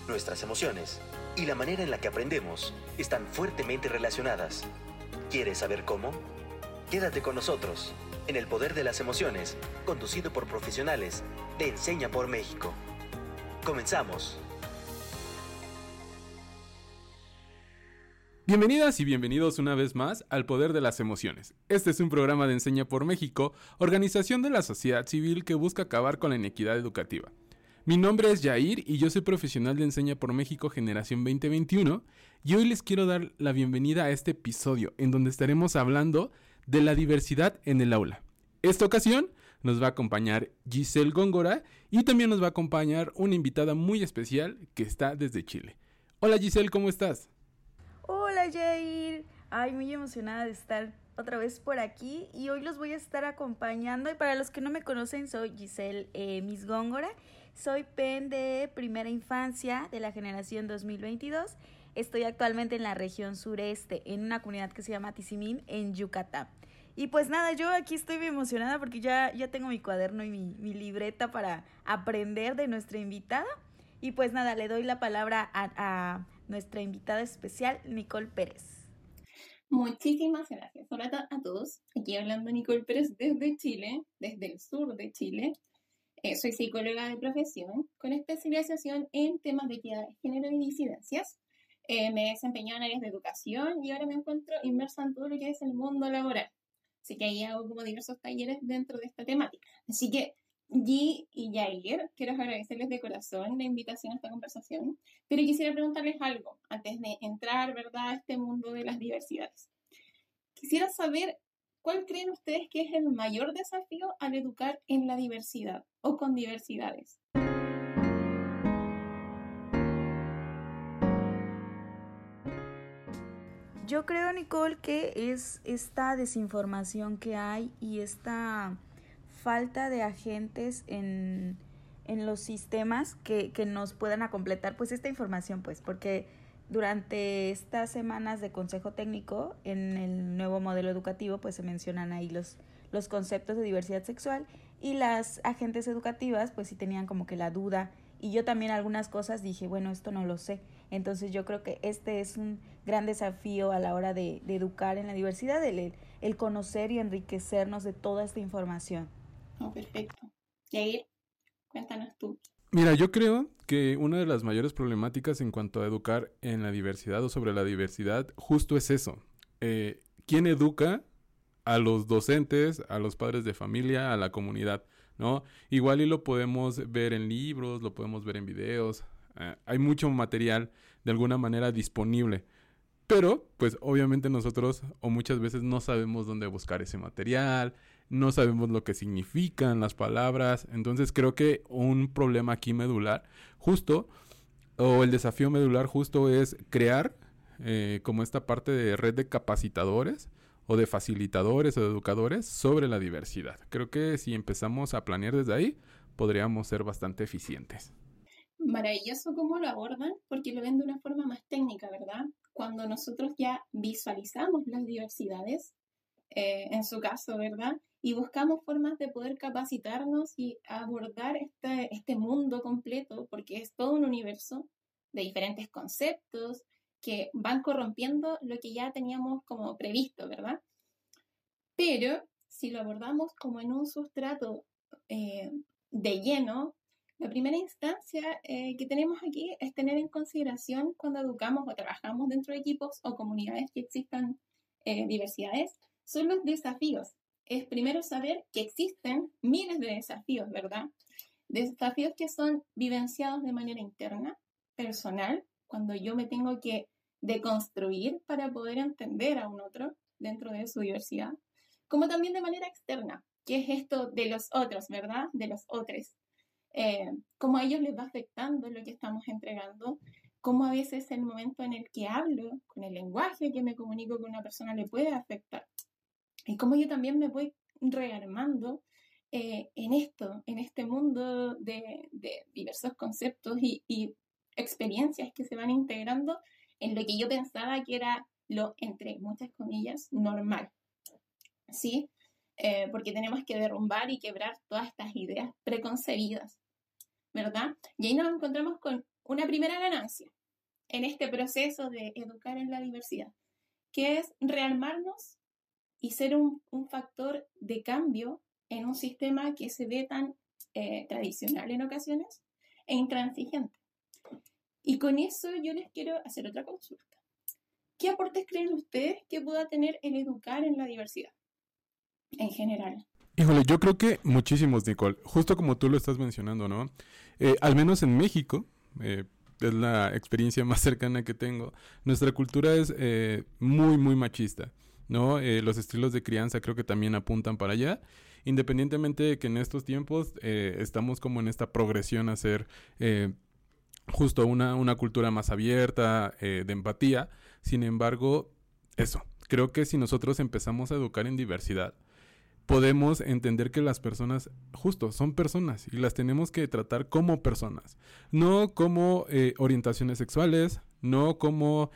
nuestras emociones y la manera en la que aprendemos están fuertemente relacionadas. ¿Quieres saber cómo? Quédate con nosotros en El Poder de las Emociones, conducido por profesionales de Enseña por México. Comenzamos. Bienvenidas y bienvenidos una vez más al Poder de las Emociones. Este es un programa de Enseña por México, organización de la sociedad civil que busca acabar con la inequidad educativa. Mi nombre es Yair y yo soy profesional de Enseña por México Generación 2021 y hoy les quiero dar la bienvenida a este episodio en donde estaremos hablando de la diversidad en el aula. Esta ocasión nos va a acompañar Giselle Góngora y también nos va a acompañar una invitada muy especial que está desde Chile. Hola Giselle, ¿cómo estás? Hola Jair, muy emocionada de estar otra vez por aquí y hoy los voy a estar acompañando. Y para los que no me conocen, soy Giselle Miss Góngora, soy PEN de Primera Infancia de la Generación 2022. Estoy actualmente en la región sureste, en una comunidad que se llama Tizimín, en Yucatán. Y pues nada, yo aquí estoy muy emocionada porque ya tengo mi cuaderno y mi libreta para aprender de nuestra invitada. Y pues nada, le doy la palabra a nuestra invitada especial, Nicole Pérez. Muchísimas gracias. Hola a todos. Aquí hablando Nicole Pérez desde Chile, desde el sur de Chile. Soy psicóloga de profesión con especialización en temas de equidad de género y disidencias. Me he desempeñado en áreas de educación y ahora me encuentro inmersa en todo lo que es el mundo laboral. Así que ahí hago como diversos talleres dentro de esta temática. Así que Gi y Yair, quiero agradecerles de corazón la invitación a esta conversación, pero quisiera preguntarles algo antes de entrar, ¿verdad?, a este mundo de las diversidades. Quisiera saber, ¿cuál creen ustedes que es el mayor desafío al educar en la diversidad o con diversidades? Yo creo, Nicole, que es esta desinformación que hay y esta falta de agentes en los sistemas que nos puedan completar pues esta información, pues porque durante estas semanas de consejo técnico en el nuevo modelo educativo pues se mencionan ahí los conceptos de diversidad sexual y las agentes educativas pues sí tenían como que la duda y yo también algunas cosas dije, bueno, esto no lo sé. Entonces yo creo que este es un gran desafío a la hora de educar en la diversidad, el conocer y enriquecernos de toda esta información. Oh, perfecto. Yair, cuéntanos tú. Mira, yo creo que una de las mayores problemáticas en cuanto a educar en la diversidad o sobre la diversidad justo es eso. ¿Quién educa a los docentes, a los padres de familia, a la comunidad, ¿no? Igual y lo podemos ver en libros, lo podemos ver en videos. Hay mucho material de alguna manera disponible. Pero, pues obviamente nosotros o muchas veces no sabemos dónde buscar ese material, no sabemos lo que significan las palabras. Entonces creo que un problema aquí medular justo, o el desafío medular justo es crear como esta parte de red de capacitadores o de facilitadores o de educadores sobre la diversidad. Creo que si empezamos a planear desde ahí, podríamos ser bastante eficientes. Maravilloso cómo lo abordan, porque lo ven de una forma más técnica, ¿verdad? Cuando nosotros ya visualizamos las diversidades, en su caso, ¿verdad? Y buscamos formas de poder capacitarnos y abordar este mundo completo, porque es todo un universo de diferentes conceptos que van corrompiendo lo que ya teníamos como previsto, ¿verdad? Pero si lo abordamos como en un sustrato de lleno, la primera instancia que tenemos aquí es tener en consideración cuando educamos o trabajamos dentro de equipos o comunidades que existan diversidades, son los desafíos. Es primero saber que existen miles de desafíos, ¿verdad? Desafíos que son vivenciados de manera interna, personal, cuando yo me tengo que deconstruir para poder entender a un otro dentro de su diversidad, como también de manera externa, que es esto de los otros, ¿verdad? De los otros. Cómo a ellos les va afectando lo que estamos entregando, cómo a veces el momento en el que hablo, con el lenguaje que me comunico con una persona le puede afectar, y cómo yo también me voy rearmando en este mundo de diversos conceptos y experiencias que se van integrando en lo que yo pensaba que era lo, entre muchas comillas, normal, ¿sí? Porque tenemos que derrumbar y quebrar todas estas ideas preconcebidas, ¿verdad? Y ahí nos encontramos con una primera ganancia en este proceso de educar en la diversidad, que es rearmarnos y ser un factor de cambio en un sistema que se ve tan tradicional en ocasiones e intransigente. Y con eso yo les quiero hacer otra consulta. ¿Qué aportes creen ustedes que pueda tener el educar en la diversidad en general? Híjole, yo creo que muchísimos, Nicole. Justo como tú lo estás mencionando, ¿no? Al menos en México, es la experiencia más cercana que tengo. Nuestra cultura es muy, muy machista, ¿no? Los estilos de crianza creo que también apuntan para allá. Independientemente de que en estos tiempos estamos como en esta progresión a ser justo una cultura más abierta, de empatía. Sin embargo, eso, creo que si nosotros empezamos a educar en diversidad, podemos entender que las personas, justo, son personas y las tenemos que tratar como personas, no como orientaciones sexuales, no como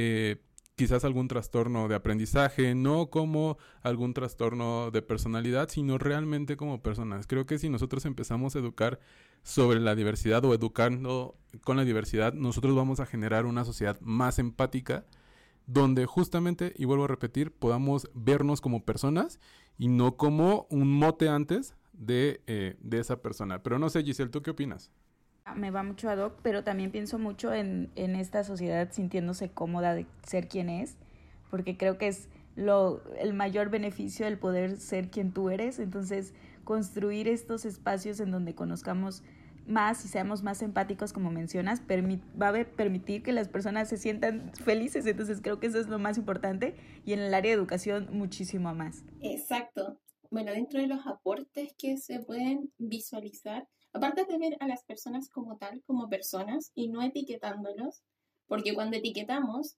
quizás algún trastorno de aprendizaje, no como algún trastorno de personalidad, sino realmente como personas. Creo que si nosotros empezamos a educar sobre la diversidad o educando con la diversidad, nosotros vamos a generar una sociedad más empática, donde justamente, y vuelvo a repetir, podamos vernos como personas y no como un mote antes de esa persona. Pero no sé, Giselle, ¿tú qué opinas? Me va mucho ad hoc, pero también pienso mucho en esta sociedad sintiéndose cómoda de ser quien es, porque creo que es el mayor beneficio del poder ser quien tú eres. Entonces, construir estos espacios en donde conozcamos más y seamos más empáticos, como mencionas, va a permitir que las personas se sientan felices. Entonces creo que eso es lo más importante, y en el área de educación muchísimo más. Exacto. Bueno, dentro de los aportes que se pueden visualizar, aparte de ver a las personas como tal, como personas, y no etiquetándolos, porque cuando etiquetamos,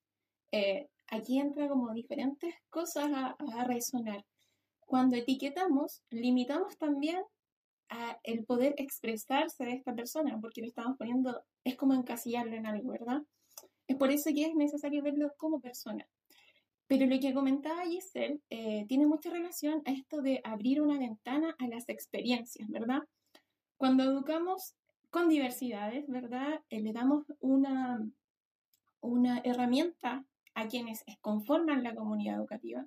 aquí entra como diferentes cosas a resonar. Cuando etiquetamos, limitamos también a el poder expresarse de esta persona, porque lo estamos poniendo, es como encasillarlo en algo, ¿verdad? Es por eso que es necesario verlo como persona. Pero lo que comentaba Giselle tiene mucha relación a esto de abrir una ventana a las experiencias, ¿verdad? Cuando educamos con diversidades, ¿verdad? Le damos una herramienta a quienes conforman la comunidad educativa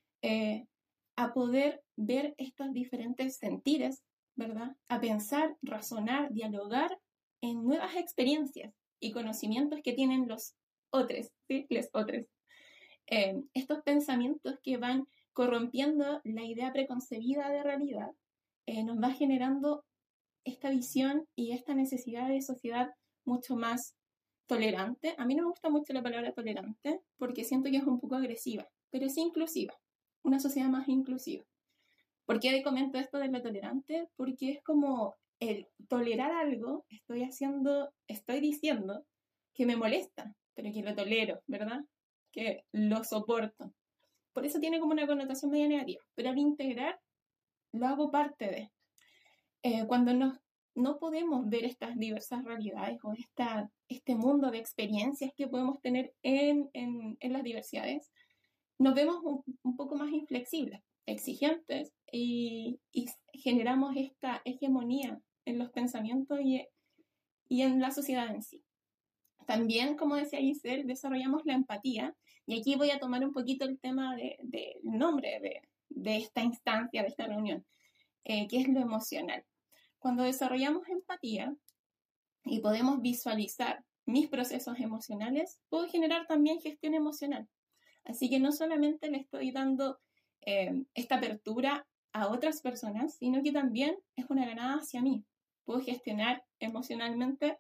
a poder ver estos diferentes sentires, ¿verdad? A pensar, razonar, dialogar en nuevas experiencias y conocimientos que tienen los otros, ¿sí? Los otros. Estos pensamientos que van corrompiendo la idea preconcebida de realidad nos va generando esta visión y esta necesidad de sociedad mucho más tolerante. A mí no me gusta mucho la palabra tolerante porque siento que es un poco agresiva, pero sí inclusiva, una sociedad más inclusiva. ¿Por qué comento esto de lo tolerante? Porque es como el tolerar algo, estoy diciendo que me molesta, pero que lo tolero, ¿verdad? Que lo soporto. Por eso tiene como una connotación media negativa. Pero al integrar, lo hago parte de. Cuando no podemos ver estas diversas realidades o este mundo de experiencias que podemos tener en las diversidades, nos vemos un poco más inflexibles, exigentes y generamos esta hegemonía en los pensamientos y en la sociedad en sí. También, como decía Giselle, desarrollamos la empatía, y aquí voy a tomar un poquito el tema del nombre de esta instancia, de esta reunión, que es lo emocional. Cuando desarrollamos empatía y podemos visualizar mis procesos emocionales, puedo generar también gestión emocional. Así que no solamente le estoy dando esta apertura a otras personas, sino que también es una ganada hacia mí. Puedo gestionar emocionalmente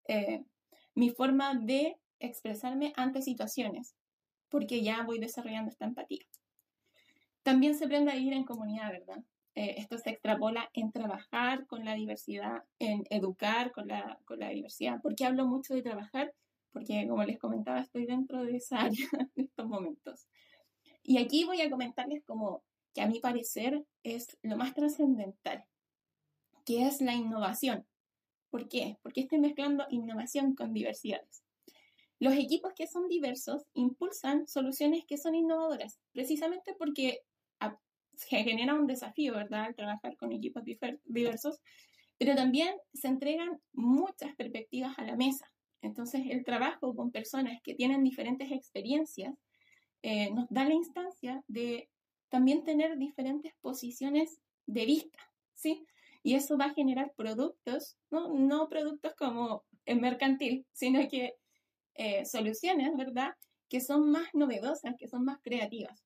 mi forma de expresarme ante situaciones, porque ya voy desarrollando esta empatía. También se aprende a vivir en comunidad, ¿verdad? Esto se extrapola en trabajar con la diversidad, en educar con la diversidad. ¿Por qué hablo mucho de trabajar? Porque, como les comentaba, estoy dentro de esa área en estos momentos. Y aquí voy a comentarles como que a mi parecer es lo más trascendental, que es la innovación. ¿Por qué? Porque estoy mezclando innovación con diversidades. Los equipos que son diversos impulsan soluciones que son innovadoras, precisamente porque se genera un desafío, ¿verdad?, al trabajar con equipos diversos, pero también se entregan muchas perspectivas a la mesa. Entonces, el trabajo con personas que tienen diferentes experiencias nos da la instancia de también tener diferentes posiciones de vista, ¿sí? Y eso va a generar productos, no productos como en mercantil, sino que soluciones, ¿verdad?, que son más novedosas, que son más creativas.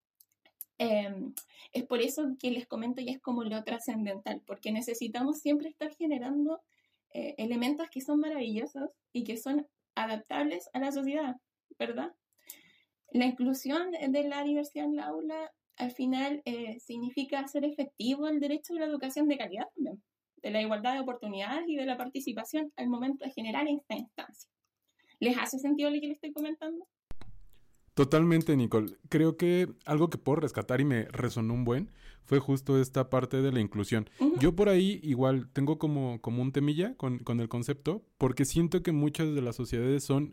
Es por eso que les comento, y es como lo trascendental, porque necesitamos siempre estar generando elementos que son maravillosos y que son adaptables a la sociedad, ¿verdad? La inclusión de la diversidad en la aula al final significa hacer efectivo el derecho a la educación de calidad también, de la igualdad de oportunidades y de la participación al momento de generar esta instancia. ¿Les hace sentido lo que les estoy comentando? Totalmente, Nicole. Creo que algo que puedo rescatar y me resonó un buen fue justo esta parte de la inclusión. Uh-huh. Yo por ahí igual tengo como un temilla con el concepto, porque siento que muchas de las sociedades son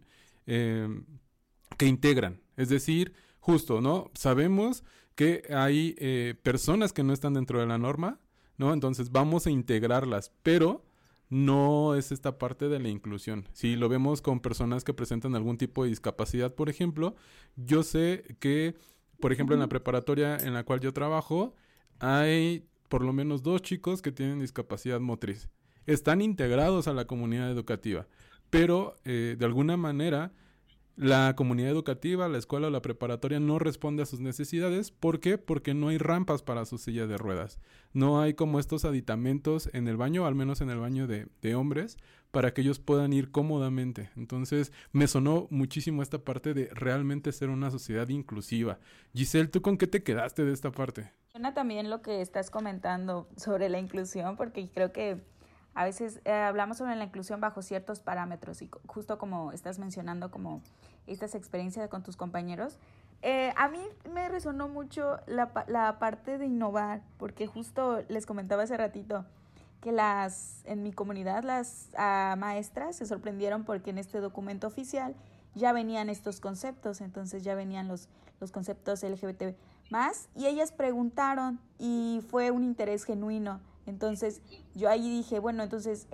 que integran. Es decir, justo, ¿no? Sabemos que hay personas que no están dentro de la norma, ¿no? Entonces vamos a integrarlas, pero no es esta parte de la inclusión. Si lo vemos con personas que presentan algún tipo de discapacidad, por ejemplo, yo sé que, por ejemplo, en la preparatoria en la cual yo trabajo, hay por lo menos 2 chicos que tienen discapacidad motriz. Están integrados a la comunidad educativa, pero de alguna manera la comunidad educativa, la escuela o la preparatoria no responde a sus necesidades. ¿Por qué? Porque no hay rampas para su silla de ruedas. No hay como estos aditamentos en el baño, al menos en el baño de hombres, para que ellos puedan ir cómodamente. Entonces, me sonó muchísimo esta parte de realmente ser una sociedad inclusiva. Giselle, ¿tú con qué te quedaste de esta parte? Suena también lo que estás comentando sobre la inclusión, porque creo que a veces hablamos sobre la inclusión bajo ciertos parámetros y justo como estás mencionando como estas experiencias con tus compañeros, a mí me resonó mucho la parte de innovar, porque justo les comentaba hace ratito que en mi comunidad las maestras se sorprendieron porque en este documento oficial ya venían estos conceptos, entonces ya venían los conceptos LGBT más, y ellas preguntaron y fue un interés genuino. Entonces yo ahí dije, bueno, entonces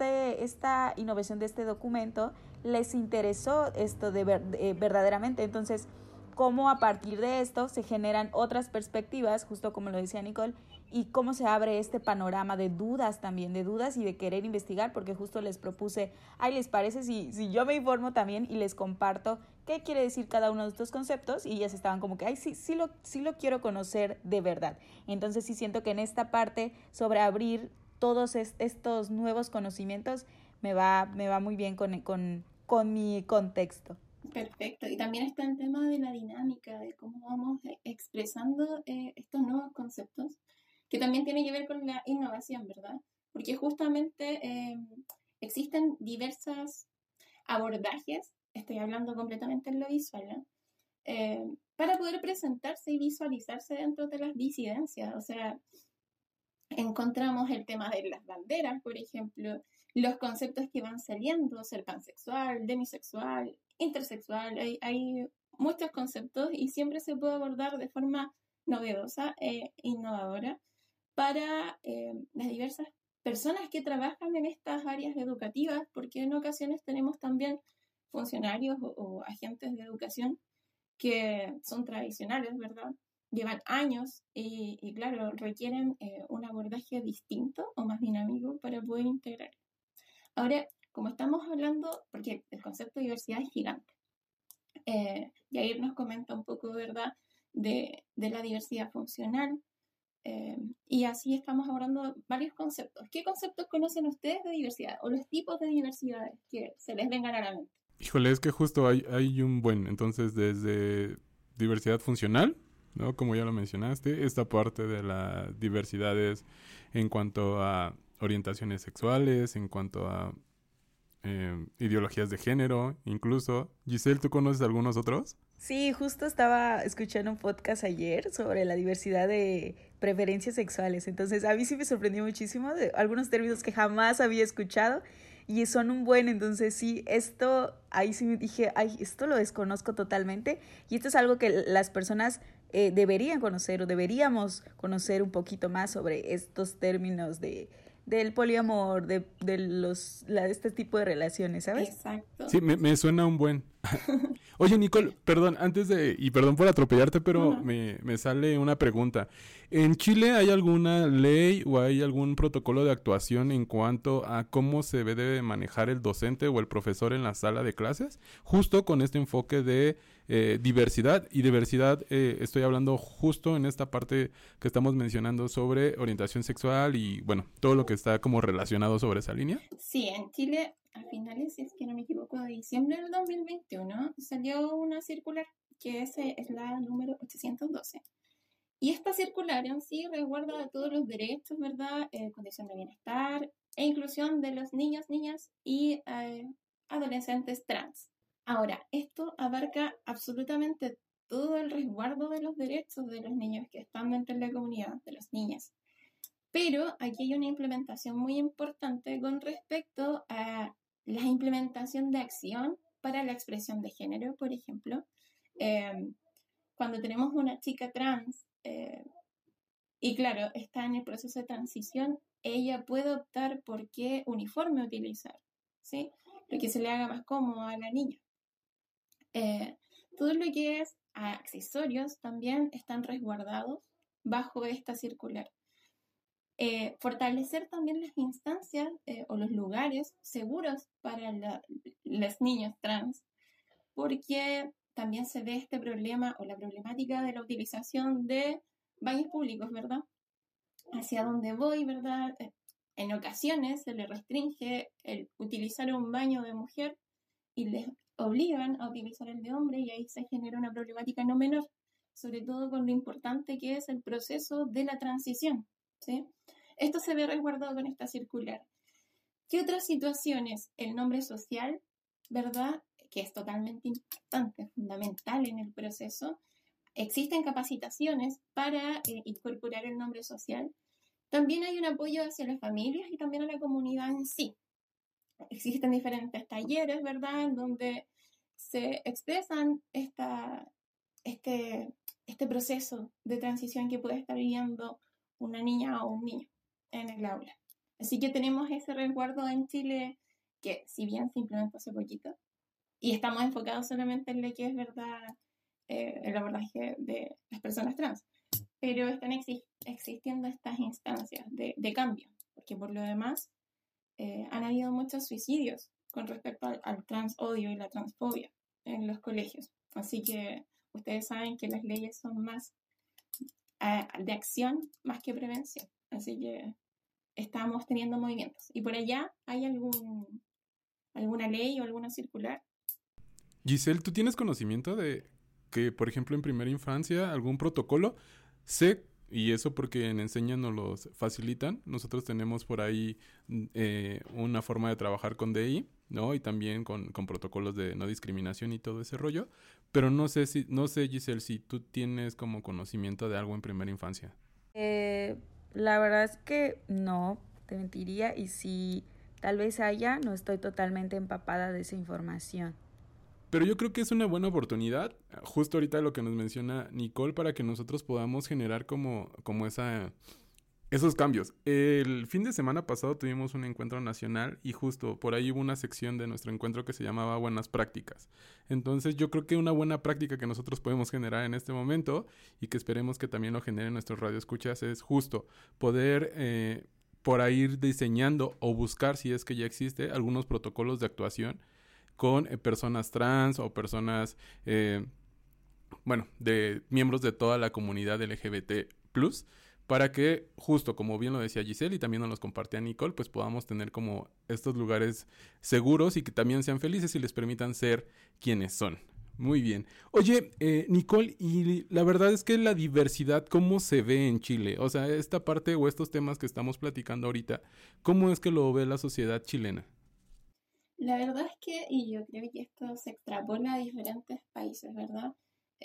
esta innovación de este documento les interesó esto verdaderamente. Entonces, cómo a partir de esto se generan otras perspectivas, justo como lo decía Nicole, y cómo se abre este panorama de dudas también, de dudas y de querer investigar, porque justo les propuse, ¿les parece si yo me informo también y les comparto qué quiere decir cada uno de estos conceptos? Y ellas estaban como que, sí lo quiero conocer de verdad. Entonces sí siento que en esta parte sobre abrir todos estos nuevos conocimientos me va muy bien con mi contexto. Perfecto. Y también está el tema de la dinámica, de cómo vamos expresando estos nuevos conceptos, que también tiene que ver con la innovación, ¿verdad? Porque justamente existen diversos abordajes, estoy hablando completamente en lo visual, ¿no? Para poder presentarse y visualizarse dentro de las disidencias. O sea, encontramos el tema de las banderas, por ejemplo, los conceptos que van saliendo, ser pansexual, demisexual, intersexual, hay muchos conceptos y siempre se puede abordar de forma novedosa e innovadora para las diversas personas que trabajan en estas áreas educativas, porque en ocasiones tenemos también funcionarios o agentes de educación que son tradicionales, ¿verdad? Llevan años y claro, requieren un abordaje distinto o más dinámico para poder integrar. Ahora, como estamos hablando, porque el concepto de diversidad es gigante, Yair nos comenta un poco, ¿verdad?, de la diversidad funcional, y así estamos abordando varios conceptos. ¿Qué conceptos conocen ustedes de diversidad o los tipos de diversidades que se les vengan a la mente? Híjole, es que justo hay un buen, entonces desde diversidad funcional, ¿no? Como ya lo mencionaste, esta parte de la diversidad es en cuanto a orientaciones sexuales, en cuanto a ideologías de género, incluso. Giselle, ¿tú conoces algunos otros? Sí, justo estaba escuchando un podcast ayer sobre la diversidad de preferencias sexuales, entonces a mí sí me sorprendió muchísimo de algunos términos que jamás había escuchado y son un buen, entonces sí, ahí sí me dije, esto lo desconozco totalmente y esto es algo que las personas deberían conocer o deberíamos conocer un poquito más sobre estos términos de del poliamor, de este tipo de relaciones, ¿sabes? Exacto. Sí, me suena un buen. Oye, Nicole, perdón, y perdón por atropellarte, pero me sale una pregunta. ¿En Chile hay alguna ley o hay algún protocolo de actuación en cuanto a cómo se debe manejar el docente o el profesor en la sala de clases? Justo con este enfoque de diversidad, y diversidad estoy hablando justo en esta parte que estamos mencionando sobre orientación sexual y, bueno, todo lo que está como relacionado sobre esa línea. Sí, en Chile, a finales, si es que no me equivoco, de diciembre del 2021, salió una circular, que es la número 812. Y esta circular en sí resguarda todos los derechos, ¿verdad? Condición de bienestar e inclusión de los niños, niñas y adolescentes trans. Ahora, esto abarca absolutamente todo el resguardo de los derechos de los niños que están dentro de la comunidad, de las niñas. Pero aquí hay una implementación muy importante con respecto a la implementación de acción para la expresión de género, por ejemplo. Cuando tenemos una chica trans y claro, está en el proceso de transición, ella puede optar por qué uniforme utilizar, ¿sí? Lo que se le haga más cómodo a la niña. Todo lo que es accesorios también están resguardados bajo esta circular. Fortalecer también las instancias o los lugares seguros para las niñas trans, porque también se ve este problema o la problemática de la utilización de baños públicos, ¿verdad? Hacia dónde voy, ¿verdad? En ocasiones se le restringe el utilizar un baño de mujer y les obligan a utilizar el de hombre, y ahí se genera una problemática no menor, sobre todo con lo importante que es el proceso de la transición, ¿sí? Esto se ve resguardado con esta circular. ¿Qué otras situaciones? El nombre social, ¿verdad? Que es totalmente importante, fundamental en el proceso. Existen capacitaciones para incorporar el nombre social. También hay un apoyo hacia las familias y también a la comunidad en sí. Existen diferentes talleres, ¿verdad?, en donde se expresan este proceso de transición que puede estar viviendo una niña o un niño en el aula. Así que tenemos ese resguardo en Chile que, si bien se implementó hace poquito, y estamos enfocados solamente en lo que es verdad, el abordaje de las personas trans, pero están existiendo estas instancias de cambio, porque por lo demás han habido muchos suicidios con respecto al transodio y la transfobia en los colegios. Así que ustedes saben que las leyes son más de acción más que prevención. Así que estamos teniendo movimientos. ¿Y por allá hay alguna ley o alguna circular? Giselle, ¿tú tienes conocimiento de que, por ejemplo, en primera infancia, algún protocolo? Sé, y eso porque en Enseña nos los facilitan. Nosotros tenemos por ahí una forma de trabajar con DI, ¿no? Y también con protocolos de no discriminación y todo ese rollo. Pero no sé, Giselle, si tú tienes como conocimiento de algo en primera infancia. La verdad es que no, te mentiría. Y si tal vez haya, no estoy totalmente empapada de esa información. Pero yo creo que es una buena oportunidad, justo ahorita lo que nos menciona Nicole, para que nosotros podamos generar como esos cambios. El fin de semana pasado tuvimos un encuentro nacional y justo por ahí hubo una sección de nuestro encuentro que se llamaba Buenas Prácticas. Entonces yo creo que una buena práctica que nosotros podemos generar en este momento y que esperemos que también lo generen nuestros radioescuchas es justo poder por ahí ir diseñando o buscar, si es que ya existe, algunos protocolos de actuación con personas trans o personas, de miembros de toda la comunidad LGBT+, para que, justo como bien lo decía Giselle y también nos los compartía Nicole, pues podamos tener como estos lugares seguros y que también sean felices y les permitan ser quienes son. Muy bien. Oye, Nicole, y la verdad es que la diversidad, ¿cómo se ve en Chile? O sea, esta parte o estos temas que estamos platicando ahorita, ¿cómo es que lo ve la sociedad chilena? La verdad es que, y yo creo que esto se extrapola a diferentes países, ¿verdad?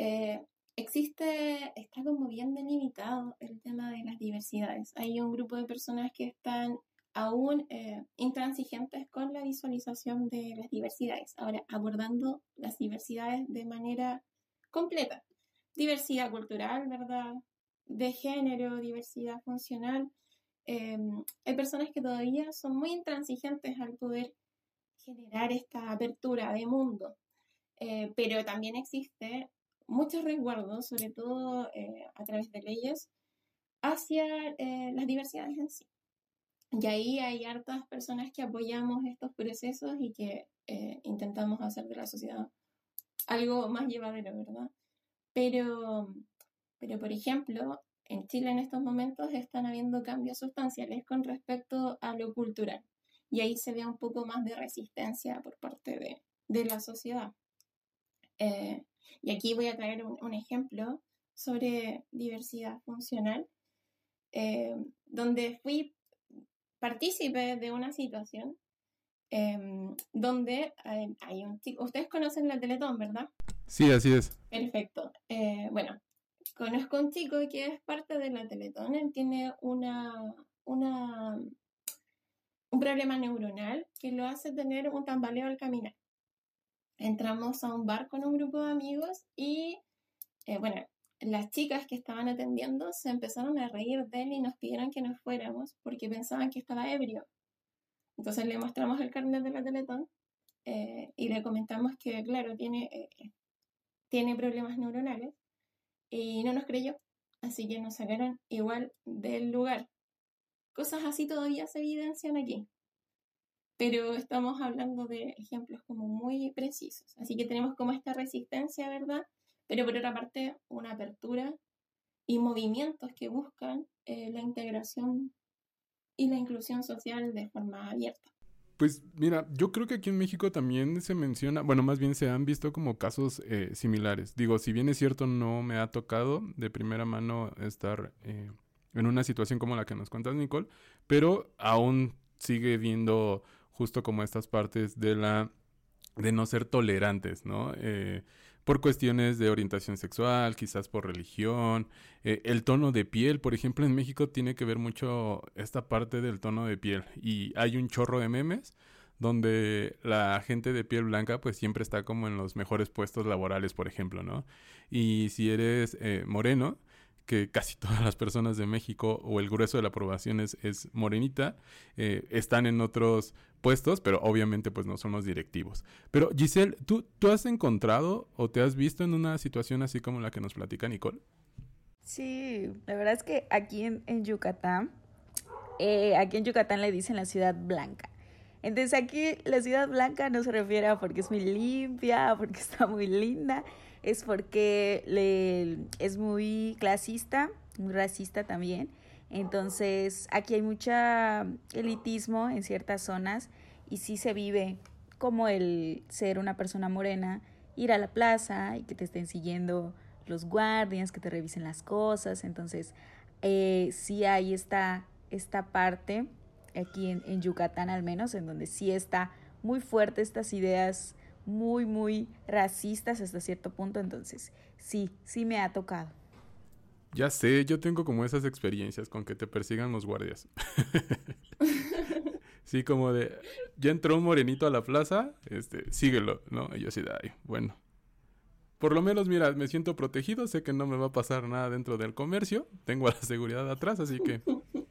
Está como bien delimitado el tema de las diversidades. Hay un grupo de personas que están aún intransigentes con la visualización de las diversidades. Ahora, abordando las diversidades de manera completa. Diversidad cultural, ¿verdad? De género, diversidad funcional. hay personas que todavía son muy intransigentes al poder generar esta apertura de mundo. Pero también existe muchos resguardos, sobre todo a través de leyes, hacia las diversidades en sí. Y ahí hay hartas personas que apoyamos estos procesos y que intentamos hacer de la sociedad algo más llevadero, ¿verdad? Pero, por ejemplo, en Chile en estos momentos están habiendo cambios sustanciales con respecto a lo cultural. Y ahí se ve un poco más de resistencia por parte de la sociedad. Y aquí voy a traer un ejemplo sobre diversidad funcional, donde fui partícipe de una situación donde hay un chico. Ustedes conocen la Teletón, ¿verdad? Sí, así es. Perfecto. Bueno, conozco a un chico que es parte de la Teletón. Él tiene un problema neuronal que lo hace tener un tambaleo al caminar. Entramos a un bar con un grupo de amigos y, bueno, las chicas que estaban atendiendo se empezaron a reír de él y nos pidieron que nos fuéramos porque pensaban que estaba ebrio. Entonces le mostramos el carnet de la Teletón y le comentamos que, claro, tiene problemas neuronales y no nos creyó. Así que nos sacaron igual del lugar. Cosas así todavía se evidencian aquí. Pero estamos hablando de ejemplos como muy precisos. Así que tenemos como esta resistencia, ¿verdad? Pero por otra parte, una apertura y movimientos que buscan la integración y la inclusión social de forma abierta. Pues mira, yo creo que aquí en México también se menciona, bueno, más bien se han visto como casos similares. Digo, si bien es cierto, no me ha tocado de primera mano estar en una situación como la que nos cuentas, Nicole, pero aún sigue viendo justo como estas partes de no ser tolerantes, ¿no? Por cuestiones de orientación sexual, quizás por religión, el tono de piel, por ejemplo, en México tiene que ver mucho esta parte del tono de piel y hay un chorro de memes donde la gente de piel blanca pues siempre está como en los mejores puestos laborales, por ejemplo, ¿no? Y si eres moreno, que casi todas las personas de México o el grueso de la población es morenita, están en otros puestos, pero obviamente pues no son los directivos. Pero Giselle, ¿tú has encontrado o te has visto en una situación así como la que nos platica Nicole? Sí, la verdad es que en Yucatán, le dicen la ciudad blanca. Entonces aquí la ciudad blanca no se refiere a porque es muy limpia, porque está muy linda, es porque es muy clasista, muy racista también. Entonces aquí hay mucha elitismo en ciertas zonas y sí se vive como el ser una persona morena, ir a la plaza y que te estén siguiendo los guardias, que te revisen las cosas. Entonces sí hay esta parte aquí en Yucatán al menos, en donde sí está muy fuerte estas ideas muy, muy racistas hasta cierto punto. Entonces sí me ha tocado. Ya sé, yo tengo como esas experiencias con que te persigan los guardias. Sí, como de, ya entró un morenito a la plaza, síguelo, ¿no? Y yo así de, ay, bueno. Por lo menos, mira, me siento protegido, sé que no me va a pasar nada dentro del comercio, tengo a la seguridad atrás, así que...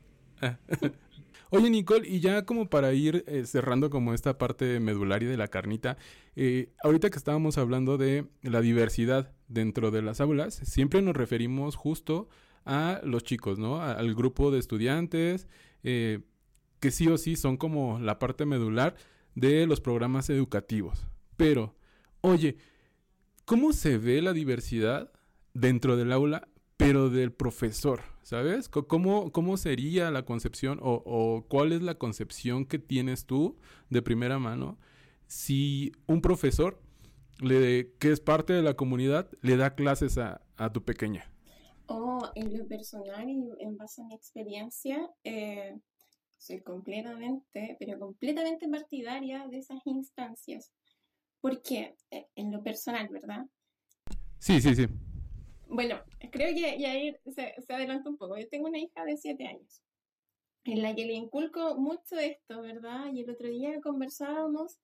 Oye, Nicole, y ya como para ir cerrando como esta parte medularia de la carnita, ahorita que estábamos hablando de la diversidad dentro de las aulas, siempre nos referimos justo a los chicos, ¿no? Al grupo de estudiantes, que sí o sí son como la parte medular de los programas educativos. Pero, oye, ¿cómo se ve la diversidad dentro del aula, pero del profesor? ¿Sabes? ¿Cómo sería la concepción o cuál es la concepción que tienes tú de primera mano si un profesor que es parte de la comunidad le da clases a tu pequeña? En lo personal y en base a mi experiencia, soy completamente partidaria de esas instancias. Porque en lo personal, ¿verdad? Sí. Bueno, creo que Yair se adelanta un poco. Yo tengo una hija de 7 años en la que le inculco mucho esto, ¿verdad? Y el otro día conversábamos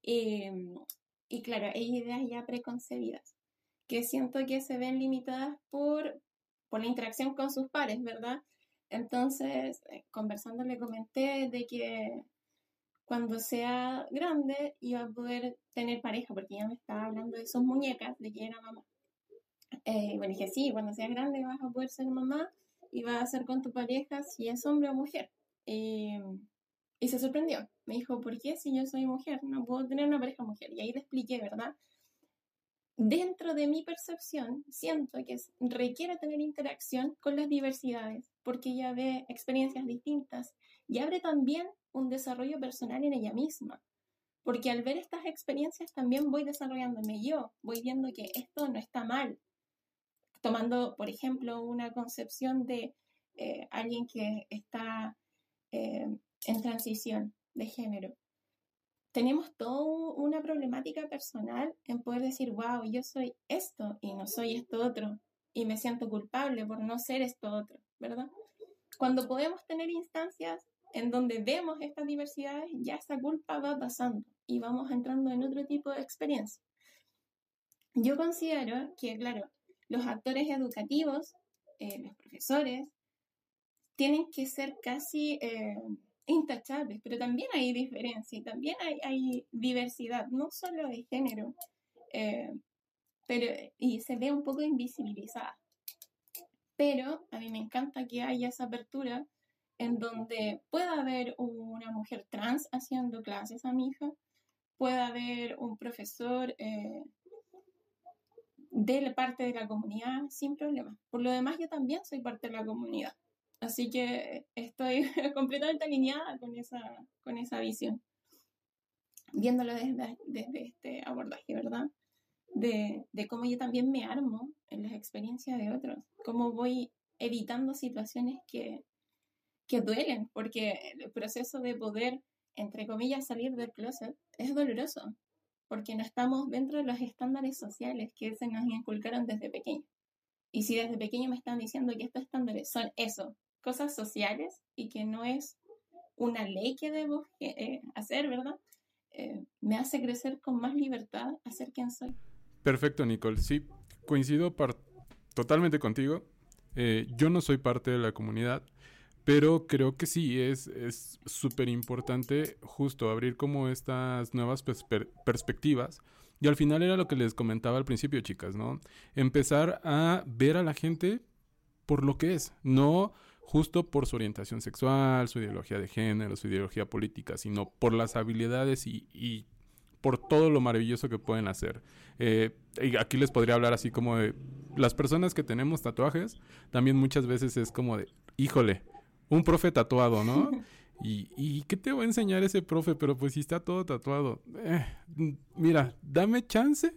y claro, hay ideas ya preconcebidas que siento que se ven limitadas por la interacción con sus pares, ¿verdad? Entonces, conversando le comenté de que cuando sea grande iba a poder tener pareja, porque ella me estaba hablando de sus muñecas, de que era mamá. Bueno, dije, sí, cuando seas grande vas a poder ser mamá y vas a ser con tu pareja si es hombre o mujer. Y se sorprendió. Me dijo, ¿por qué si yo soy mujer? No puedo tener una pareja mujer. Y ahí le expliqué, ¿verdad? Dentro de mi percepción, siento que requiere tener interacción con las diversidades, porque ella ve experiencias distintas y abre también un desarrollo personal en ella misma. Porque al ver estas experiencias también voy desarrollándome yo, voy viendo que esto no está mal. Tomando, por ejemplo, una concepción de alguien que está en transición de género. Tenemos toda una problemática personal en poder decir, wow, yo soy esto y no soy esto otro, y me siento culpable por no ser esto otro, ¿verdad? Cuando podemos tener instancias en donde vemos estas diversidades, ya esa culpa va pasando y vamos entrando en otro tipo de experiencia. Yo considero que, claro, los actores educativos, los profesores, tienen que ser casi intachables, pero también hay diferencia y también hay diversidad, no solo de género, y se ve un poco invisibilizada. Pero a mí me encanta que haya esa apertura en donde pueda haber una mujer trans haciendo clases a mi hija, pueda haber un profesor de la parte de la comunidad sin problema. Por lo demás, yo también soy parte de la comunidad. Así que estoy completamente alineada con esa visión. Viéndolo desde este abordaje, ¿verdad? De cómo yo también me armo en las experiencias de otros. Cómo voy evitando situaciones que duelen. Porque el proceso de poder, entre comillas, salir del closet es doloroso. Porque no estamos dentro de los estándares sociales que se nos inculcaron desde pequeño. Y si desde pequeño me están diciendo que estos estándares son eso, cosas sociales, y que no es una ley que debo hacer, ¿verdad? Me hace crecer con más libertad a ser quien soy. Perfecto, Nicole. Sí, coincido totalmente contigo. Yo no soy parte de la comunidad, pero creo que sí, es súper importante justo abrir como estas nuevas perspectivas. Y al final era lo que les comentaba al principio, chicas, ¿no? Empezar a ver a la gente por lo que es, no justo por su orientación sexual, su ideología de género, su ideología política, sino por las habilidades y por todo lo maravilloso que pueden hacer. Y aquí les podría hablar así como de las personas que tenemos tatuajes, también muchas veces es como de, híjole, un profe tatuado, ¿no? ¿Y qué te va a enseñar ese profe? Pero pues si está todo tatuado. Mira, dame chance.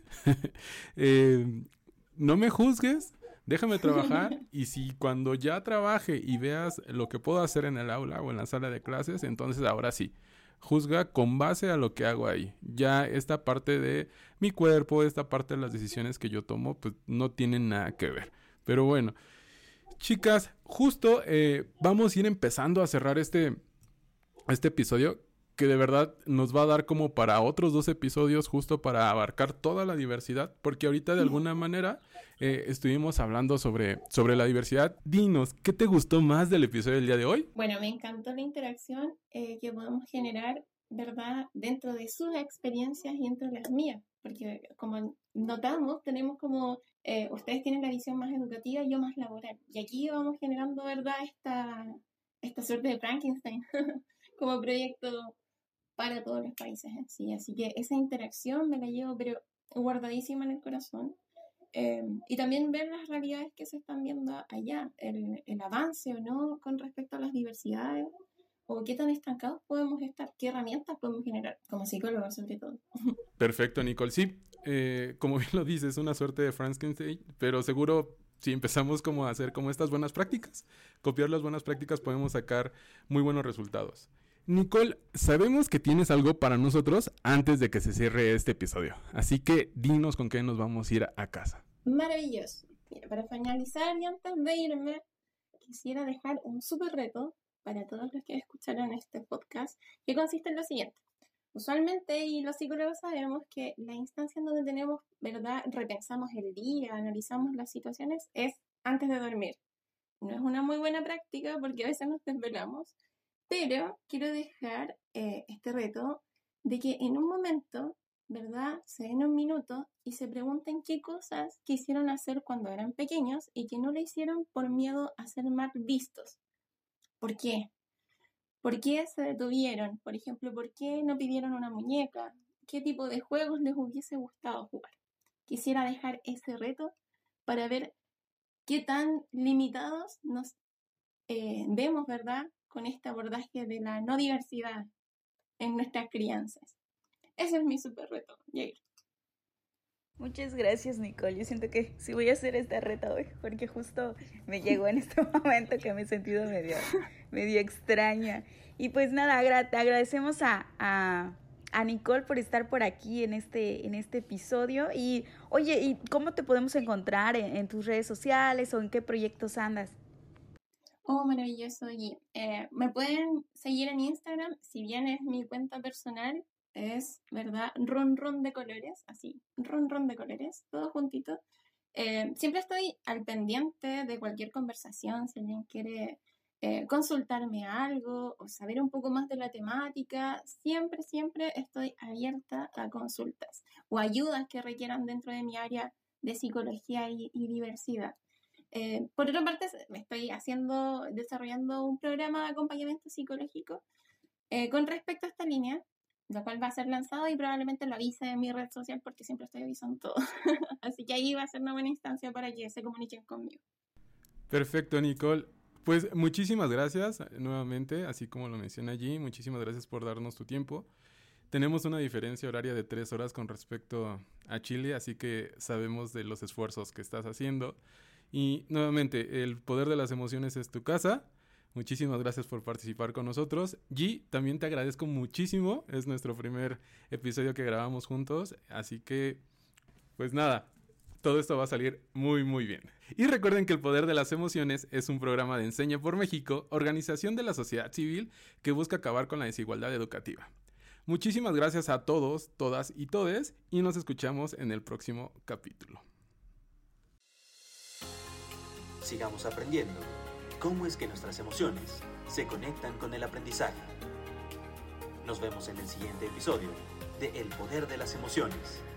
No me juzgues. Déjame trabajar. Y si cuando ya trabaje y veas lo que puedo hacer en el aula o en la sala de clases, entonces ahora sí. Juzga con base a lo que hago ahí. Ya esta parte de mi cuerpo, esta parte de las decisiones que yo tomo, pues no tienen nada que ver. Pero bueno, chicas, justo vamos a ir empezando a cerrar este episodio, que de verdad nos va a dar como para otros 2 episodios justo para abarcar toda la diversidad, porque ahorita de alguna manera estuvimos hablando sobre la diversidad. Dinos, ¿qué te gustó más del episodio del día de hoy? Bueno, me encantó la interacción que podemos generar, ¿verdad? Dentro de sus experiencias y entre las mías, porque como notamos, tenemos como, ustedes tienen la visión más educativa y yo más laboral, y aquí vamos generando, ¿verdad? Esta suerte de Frankenstein como proyecto para todos los países en sí. Así que esa interacción me la llevo pero guardadísima en el corazón. Y también ver las realidades que se están viendo allá, el avance o no con respecto a las diversidades, o qué tan estancados podemos estar, qué herramientas podemos generar, como psicólogos sobre todo. Perfecto, Nicole. Sí, como bien lo dices, una suerte de Frankenstein, pero seguro si empezamos como a hacer como estas buenas prácticas, copiar las buenas prácticas, podemos sacar muy buenos resultados. Nicole, sabemos que tienes algo para nosotros antes de que se cierre este episodio, así que dinos con qué nos vamos a ir a casa. Maravilloso. Mira, para finalizar y antes de irme, quisiera dejar un súper reto para todos los que escucharon este podcast, que consiste en lo siguiente. Usualmente, y los psicólogos sabemos que la instancia en donde tenemos, ¿verdad?, repensamos el día, analizamos las situaciones, es antes de dormir. no es una muy buena práctica porque a veces nos desvelamos, pero quiero dejar este reto de que en un momento, ¿verdad? Se den un minuto y se pregunten qué cosas quisieron hacer cuando eran pequeños y que no lo hicieron por miedo a ser mal vistos. ¿Por qué? ¿Por qué se detuvieron? Por ejemplo, ¿por qué no pidieron una muñeca? ¿Qué tipo de juegos les hubiese gustado jugar? Quisiera dejar ese reto para ver qué tan limitados nos vemos, ¿verdad? Con este abordaje de la no diversidad en nuestras crianzas. Ese es mi súper reto, Yair. Muchas gracias, Nicole. Yo siento que sí voy a hacer este reto hoy, porque justo me llegó en este momento que me he sentido medio extraña. Y pues nada, te agradecemos a Nicole por estar por aquí en este episodio. Y oye, ¿y cómo te podemos encontrar en tus redes sociales o en qué proyectos andas? Oh, maravilloso. Y me pueden seguir en Instagram, si bien es mi cuenta personal, es, ¿verdad? Ron de colores, así, ron de colores, todo juntito. Siempre estoy al pendiente de cualquier conversación, si alguien quiere consultarme algo o saber un poco más de la temática, siempre estoy abierta a consultas o ayudas que requieran dentro de mi área de psicología y diversidad. Por otra parte, estoy desarrollando un programa de acompañamiento psicológico con respecto a esta línea, lo cual va a ser lanzado y probablemente lo avise en mi red social porque siempre estoy avisando todo. Así que ahí va a ser una buena instancia para que se comuniquen conmigo. Perfecto, Nicole. Pues muchísimas gracias nuevamente, así como lo menciona allí, muchísimas gracias por darnos tu tiempo. Tenemos una diferencia horaria de 3 horas con respecto a Chile, así que sabemos de los esfuerzos que estás haciendo. Y nuevamente, el poder de las emociones es tu casa. Muchísimas gracias por participar con nosotros. G, también te agradezco muchísimo. Es nuestro primer episodio que grabamos juntos. Así que, pues nada, todo esto va a salir muy, muy bien. Y recuerden que El Poder de las Emociones es un programa de Enseña por México, organización de la sociedad civil que busca acabar con la desigualdad educativa. Muchísimas gracias a todos, todas y todes. Y nos escuchamos en el próximo capítulo. Sigamos aprendiendo cómo es que nuestras emociones se conectan con el aprendizaje. Nos vemos en el siguiente episodio de El Poder de las Emociones.